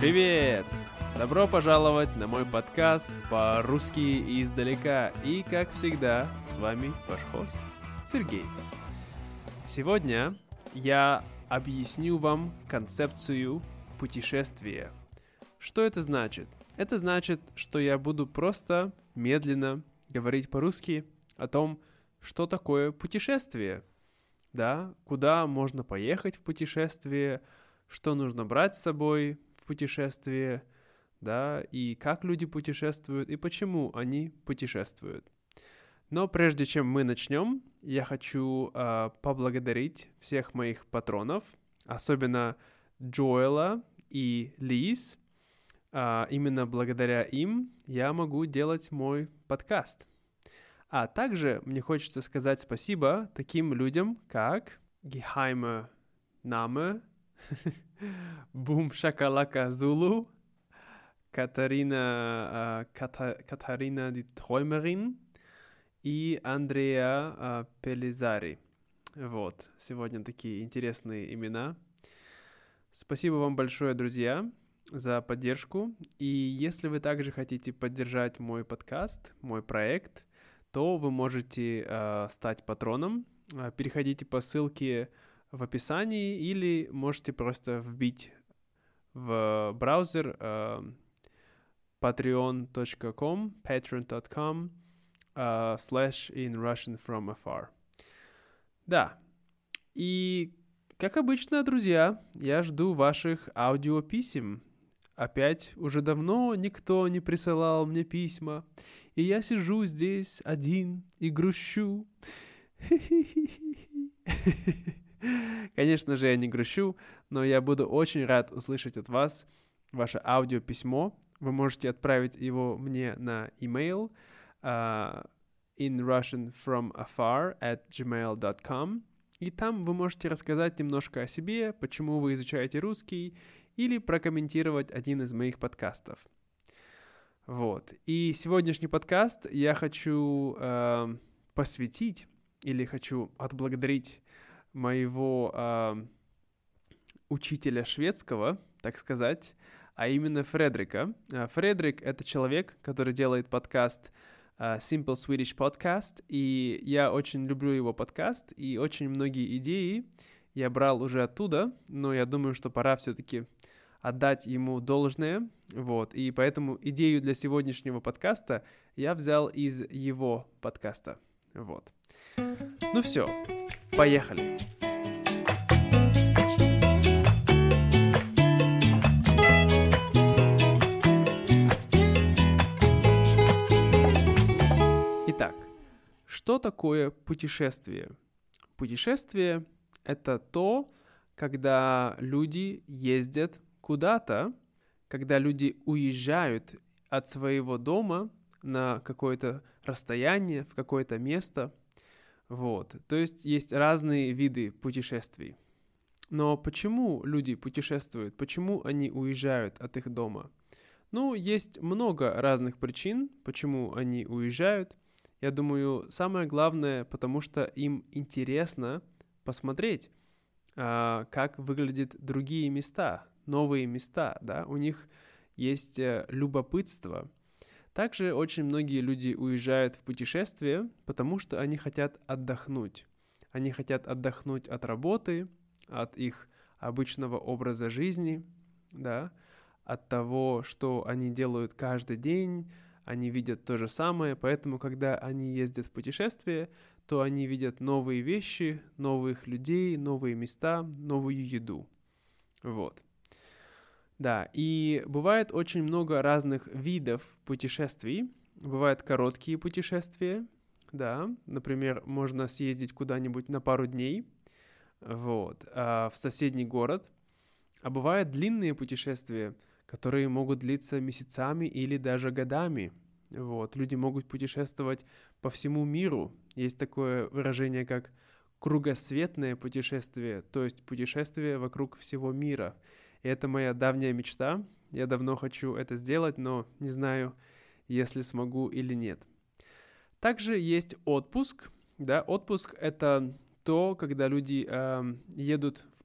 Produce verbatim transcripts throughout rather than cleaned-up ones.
Привет! Добро пожаловать на мой подкаст по-русски издалека. И, как всегда, с вами ваш хост Сергей. Сегодня я объясню вам концепцию путешествия. Что это значит? Это значит, что я буду просто медленно говорить по-русски о том, что такое путешествие. Да, куда можно поехать в путешествие, что нужно брать с собой в путешествие, да, и как люди путешествуют, и почему они путешествуют. Но прежде чем мы начнем, я хочу э, поблагодарить всех моих патронов, особенно Джоэла и Лиз. Э, именно благодаря им я могу делать мой подкаст. А также мне хочется сказать спасибо таким людям, как Geheime Name, Бум Шакалака Зулу, Катарина, äh, Ката, Катарина ди Тräumerin и Андреа äh, Пелизари. Вот, сегодня такие интересные имена. Спасибо вам большое, друзья, за поддержку. И если вы также хотите поддержать мой подкаст, мой проект, то вы можете э, стать патроном. Переходите по ссылке в описании или можете просто вбить в браузер э, patreon.com, patreon.com uh, slash in Russian from afar. Да, и как обычно, друзья, я жду ваших аудиописем. Опять уже давно никто не присылал мне письма, и я сижу здесь один и грущу. Конечно же, я не грущу, но я буду очень рад услышать от вас ваше аудиописьмо. Вы можете отправить его мне на email uh, inrussianfromafar at gmail dot com, и там вы можете рассказать немножко о себе, почему вы изучаете русский, или прокомментировать один из моих подкастов. Вот. И сегодняшний подкаст я хочу э, посвятить, или хочу отблагодарить моего э, учителя шведского, так сказать, а именно Фредрика. Фредрик — это человек, который делает подкаст uh, Simple Swedish Podcast, и я очень люблю его подкаст, и очень многие идеи я брал уже оттуда, но я думаю, что пора все-таки отдать ему должное, вот, и поэтому идею для сегодняшнего подкаста я взял из его подкаста, вот. Ну все, поехали! Итак, что такое путешествие? Путешествие — это то, когда люди ездят куда-то, когда люди уезжают от своего дома на какое-то расстояние, в какое-то место. Вот. То есть есть разные виды путешествий. Но почему люди путешествуют? Почему они уезжают от их дома? Ну, есть много разных причин, почему они уезжают. Я думаю, самое главное, потому что им интересно посмотреть, а, как выглядят другие места, новые места, да, у них есть э, любопытство. Также очень многие люди уезжают в путешествие, потому что они хотят отдохнуть. Они хотят отдохнуть от работы, от их обычного образа жизни, да, от того, что они делают каждый день. Они видят то же самое, поэтому, когда они ездят в путешествие, то они видят новые вещи, новых людей, новые места, новую еду. Вот. Да, и бывает очень много разных видов путешествий. Бывают короткие путешествия, да, например, можно съездить куда-нибудь на пару дней, вот, а в соседний город. А бывают длинные путешествия, которые могут длиться месяцами или даже годами. Вот. Люди могут путешествовать по всему миру. Есть такое выражение, как кругосветное путешествие, то есть путешествие вокруг всего мира. И это моя давняя мечта. Я давно хочу это сделать, но не знаю, если смогу или нет. Также есть отпуск. Да? Отпуск — это то, когда люди э, едут в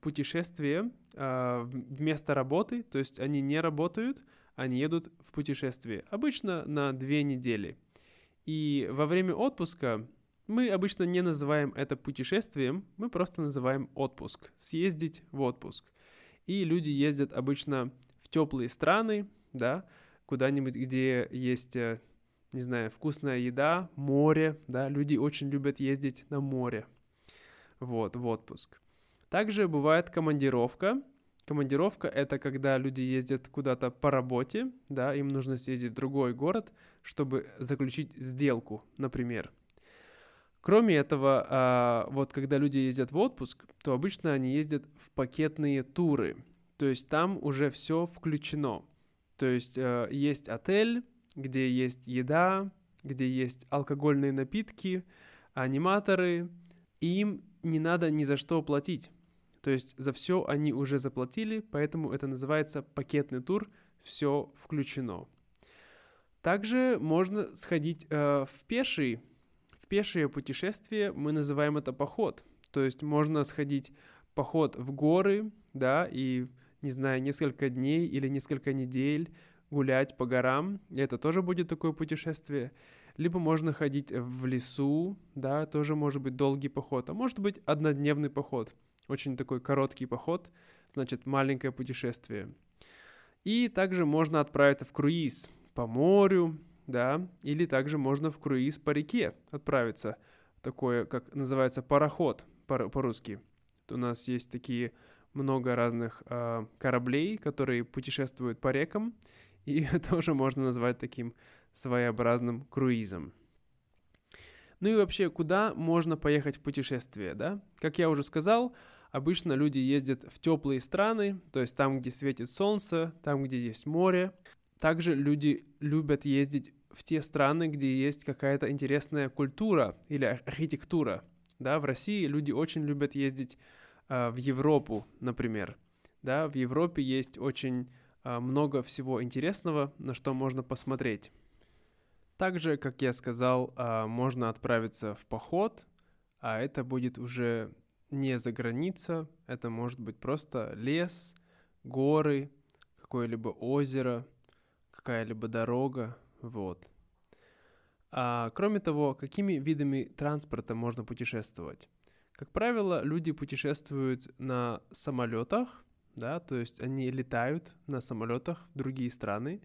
путешествие э, вместо работы, то есть они не работают, они едут в путешествие, обычно на две недели. И во время отпуска мы обычно не называем это путешествием, мы просто называем отпуск, съездить в отпуск. И люди ездят обычно в теплые страны, да, куда-нибудь, где есть, не знаю, вкусная еда, море, да, люди очень любят ездить на море, вот, в отпуск. Также бывает командировка. Командировка — это когда люди ездят куда-то по работе, да, им нужно съездить в другой город, чтобы заключить сделку, например. Кроме этого, вот когда люди ездят в отпуск, то обычно они ездят в пакетные туры, то есть там уже все включено. То есть есть отель, где есть еда, где есть алкогольные напитки, аниматоры, и им не надо ни за что платить. То есть за все они уже заплатили, поэтому это называется пакетный тур, все включено. Также можно сходить э, в пеший, в пешее путешествие, мы называем это поход. То есть можно сходить поход в горы, да, и, не знаю, несколько дней или несколько недель гулять по горам, и это тоже будет такое путешествие. Либо можно ходить в лесу, да, тоже может быть долгий поход, а может быть однодневный поход. Очень такой короткий поход, значит, маленькое путешествие. И также можно отправиться в круиз по морю, да, или также можно в круиз по реке отправиться. Такое, как называется, пароход по- по-русски. У нас есть такие много разных э, кораблей, которые путешествуют по рекам, и тоже можно назвать таким своеобразным круизом. Ну и вообще, куда можно поехать в путешествие, да? Как я уже сказал, обычно люди ездят в теплые страны, то есть там, где светит солнце, там, где есть море. Также люди любят ездить в те страны, где есть какая-то интересная культура или архитектура. Да, в России люди очень любят ездить э, в Европу, например. Да, в Европе есть очень э, много всего интересного, на что можно посмотреть. Также, как я сказал, э, можно отправиться в поход, а это будет уже не за граница, это может быть просто лес, горы, какое-либо озеро, какая-либо дорога, вот. А, кроме того, какими видами транспорта можно путешествовать? Как правило, люди путешествуют на самолетах, да, то есть они летают на самолетах в другие страны,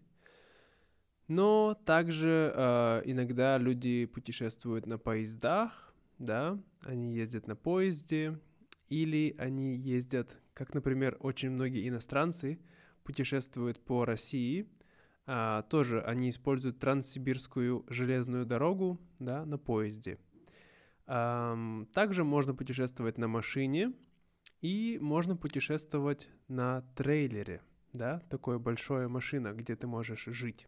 но также э, иногда люди путешествуют на поездах, да, они ездят на поезде, или они ездят, как, например, очень многие иностранцы путешествуют по России, а, тоже они используют Транссибирскую железную дорогу, да, на поезде. А, также можно путешествовать на машине, и можно путешествовать на трейлере, да, такое большое машина, где ты можешь жить.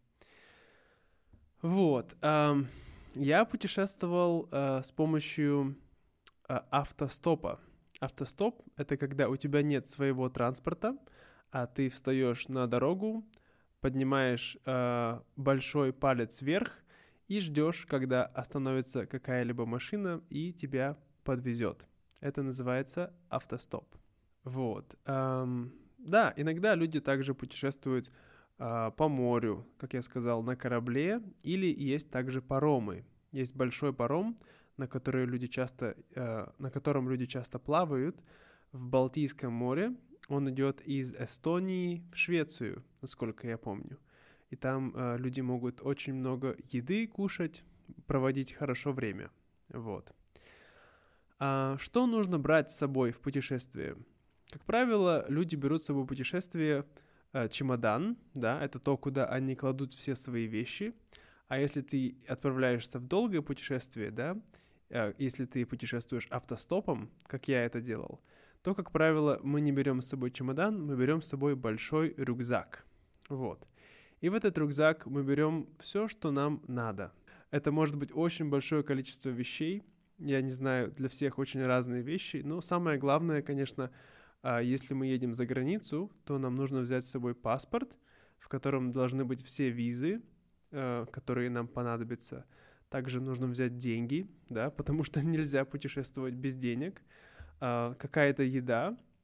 Вот, а, я путешествовал а, с помощью а, автостопа. Автостоп — это когда у тебя нет своего транспорта, а ты встаешь на дорогу, поднимаешь э, большой палец вверх и ждешь, когда остановится какая-либо машина и тебя подвезет. Это называется автостоп. Вот. Эм, да, иногда люди также путешествуют э, по морю, как я сказал, на корабле, или есть также паромы. Есть большой паром, на, который люди часто, э, на котором люди часто плавают в Балтийском море. Он идет из Эстонии в Швецию, насколько я помню. И там э, люди могут очень много еды кушать, проводить хорошо время. Вот. А что нужно брать с собой в путешествие? Как правило, люди берут с собой в путешествие э, чемодан, да, это то, куда они кладут все свои вещи. А если ты отправляешься в долгое путешествие, да, э, если ты путешествуешь автостопом, как я это делал, то, как правило, мы не берем с собой чемодан, мы берем с собой большой рюкзак. Вот. И в этот рюкзак мы берем все, что нам надо. Это может быть очень большое количество вещей. Я не знаю, для всех очень разные вещи. Но самое главное, конечно, если мы едем за границу, то нам нужно взять с собой паспорт, в котором должны быть все визы, которые нам понадобятся. Также нужно взять деньги, да, потому что нельзя путешествовать без денег. Какая-то еда,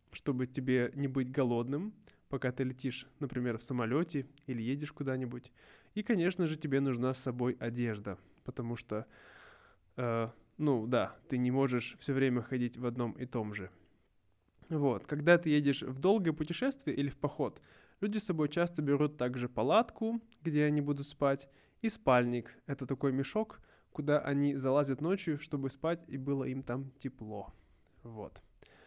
чтобы тебе не быть голодным, пока ты летишь, например, в самолете или едешь куда-нибудь. И, конечно же, тебе нужна с собой одежда, потому что, э, ну да, ты не можешь все время ходить в одном и том же. Вот, когда ты едешь в долгое путешествие или в поход, люди с собой часто берут также палатку, где они будут спать, и спальник. Это такой мешок, куда они залазят ночью, чтобы спать, и было им там тепло. Вот.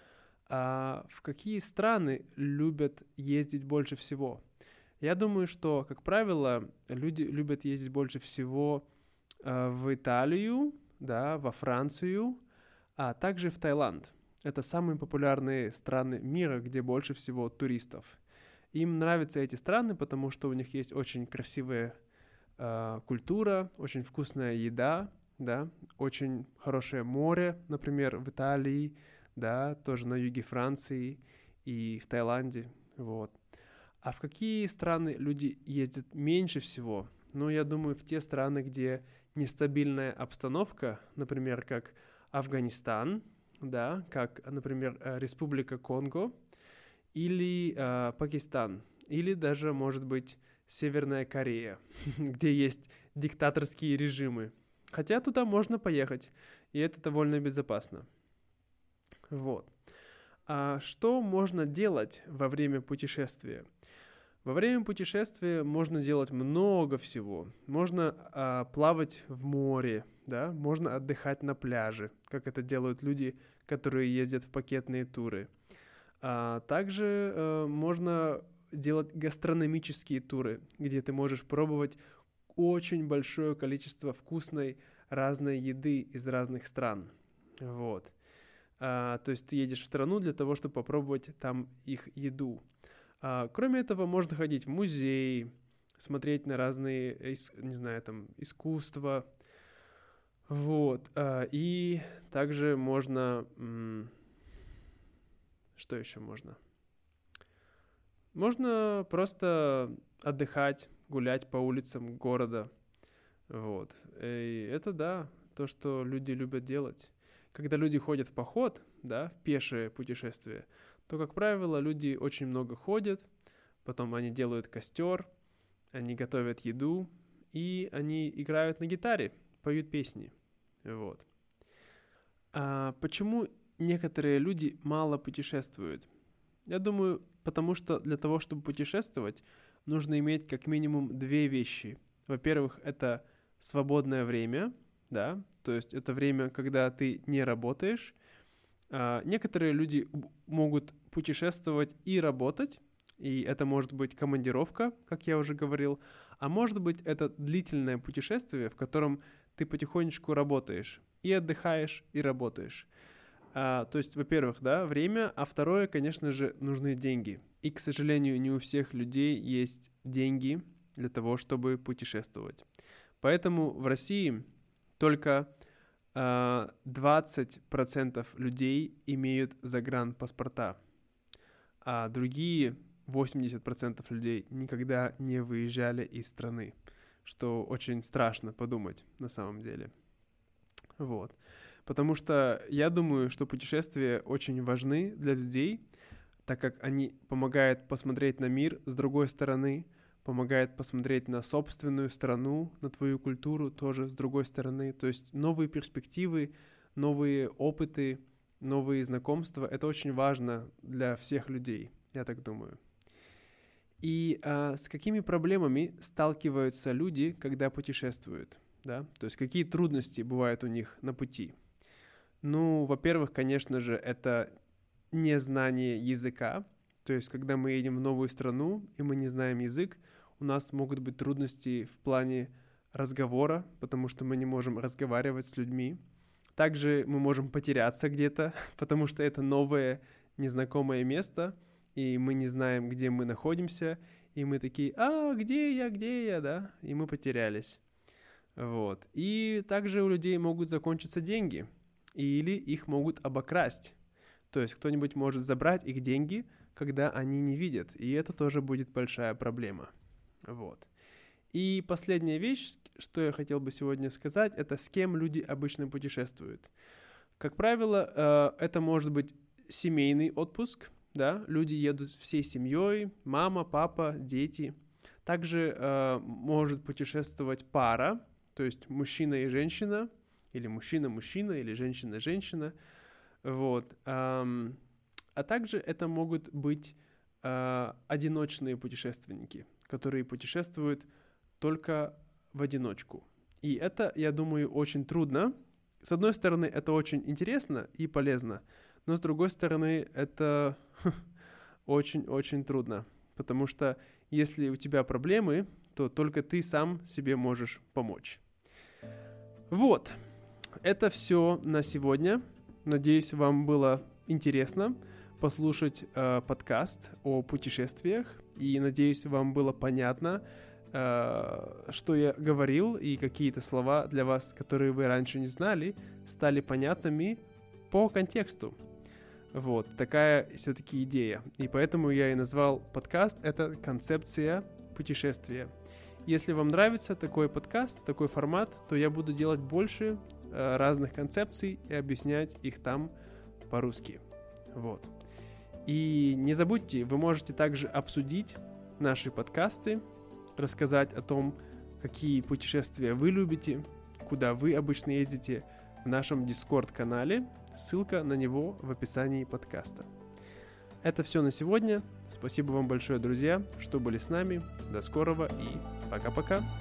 А в какие страны любят ездить больше всего? Я думаю, что, как правило, люди любят ездить больше всего э, в Италию, да, во Францию, а также в Таиланд. Это самые популярные страны мира, где больше всего туристов. Им нравятся эти страны, потому что у них есть очень красивая э, культура, очень вкусная еда, да, очень хорошее море, например, в Италии, да, тоже на юге Франции и в Таиланде, вот. А в какие страны люди ездят меньше всего? Ну, я думаю, в те страны, где нестабильная обстановка, например, как Афганистан, да, как, например, Республика Конго или э, Пакистан, или даже, может быть, Северная Корея, где есть диктаторские режимы. Хотя туда можно поехать, и это довольно безопасно. Вот. А что можно делать во время путешествия? Во время путешествия можно делать много всего. Можно а, плавать в море, да, можно отдыхать на пляже, как это делают люди, которые ездят в пакетные туры. А также а, можно делать гастрономические туры, где ты можешь пробовать очень большое количество вкусной разной еды из разных стран. Вот. А, то есть ты едешь в страну для того, чтобы попробовать там их еду. А, кроме этого, можно ходить в музей, смотреть на разные, не знаю, там, искусства. Вот. А, и также можно... М- что еще можно? Можно просто отдыхать, гулять по улицам города. Вот. И это, да, то, что люди любят делать. Когда люди ходят в поход, да, в пешее путешествие, то, как правило, люди очень много ходят, потом они делают костер, они готовят еду, и они играют на гитаре, поют песни. Вот. А почему некоторые люди мало путешествуют? Я думаю, потому что для того, чтобы путешествовать, нужно иметь как минимум две вещи. Во-первых, это свободное время, да, то есть это время, когда ты не работаешь. А, некоторые люди могут путешествовать и работать, и это может быть командировка, как я уже говорил, а может быть это длительное путешествие, в котором ты потихонечку работаешь, и отдыхаешь, и работаешь. А, то есть, во-первых, да, время, а второе, конечно же, нужны деньги. И, к сожалению, не у всех людей есть деньги для того, чтобы путешествовать. Поэтому в России только а, двадцать процентов людей имеют загранпаспорта, а другие восемьдесят процентов людей никогда не выезжали из страны, что очень страшно подумать на самом деле. Вот. Потому что я думаю, что путешествия очень важны для людей, так как они помогают посмотреть на мир с другой стороны, помогает посмотреть на собственную страну, на твою культуру тоже с другой стороны. То есть новые перспективы, новые опыты, новые знакомства — это очень важно для всех людей, я так думаю. И а, с какими проблемами сталкиваются люди, когда путешествуют? Да? То есть какие трудности бывают у них на пути? Ну, во-первых, конечно же, это незнание языка. То есть, когда мы едем в новую страну, и мы не знаем язык, у нас могут быть трудности в плане разговора, потому что мы не можем разговаривать с людьми. Также мы можем потеряться где-то, потому что это новое, незнакомое место, и мы не знаем, где мы находимся, и мы такие: «А, где я, где я?» да? И мы потерялись. Вот. И также у людей могут закончиться деньги, или их могут обокрасть. То есть кто-нибудь может забрать их деньги, когда они не видят, и это тоже будет большая проблема. Вот. И последняя вещь, что я хотел бы сегодня сказать, это с кем люди обычно путешествуют. Как правило, это может быть семейный отпуск, да, люди едут всей семьей, мама, папа, дети. Также э, может путешествовать пара, то есть мужчина и женщина, или мужчина-мужчина, или женщина-женщина. Вот. Эм, а также это могут быть э, одиночные путешественники, которые путешествуют только в одиночку. И это, я думаю, очень трудно. С одной стороны, это очень интересно и полезно, но с другой стороны, это очень-очень трудно, потому что если у тебя проблемы, то только ты сам себе можешь помочь. Вот, это все на сегодня. Надеюсь, вам было интересно послушать э, подкаст о путешествиях, и надеюсь, вам было понятно, э, что я говорил, и какие-то слова для вас, которые вы раньше не знали, стали понятными по контексту. Вот, такая все-таки идея. И поэтому я и назвал подкаст это «Концепция путешествия». Если вам нравится такой подкаст, такой формат, то я буду делать больше э, разных концепций и объяснять их там по-русски. Вот. И не забудьте, вы можете также обсудить наши подкасты, рассказать о том, какие путешествия вы любите, куда вы обычно ездите в нашем Discord-канале. Ссылка на него в описании подкаста. Это все на сегодня. Спасибо вам большое, друзья, что были с нами. До скорого и пока-пока.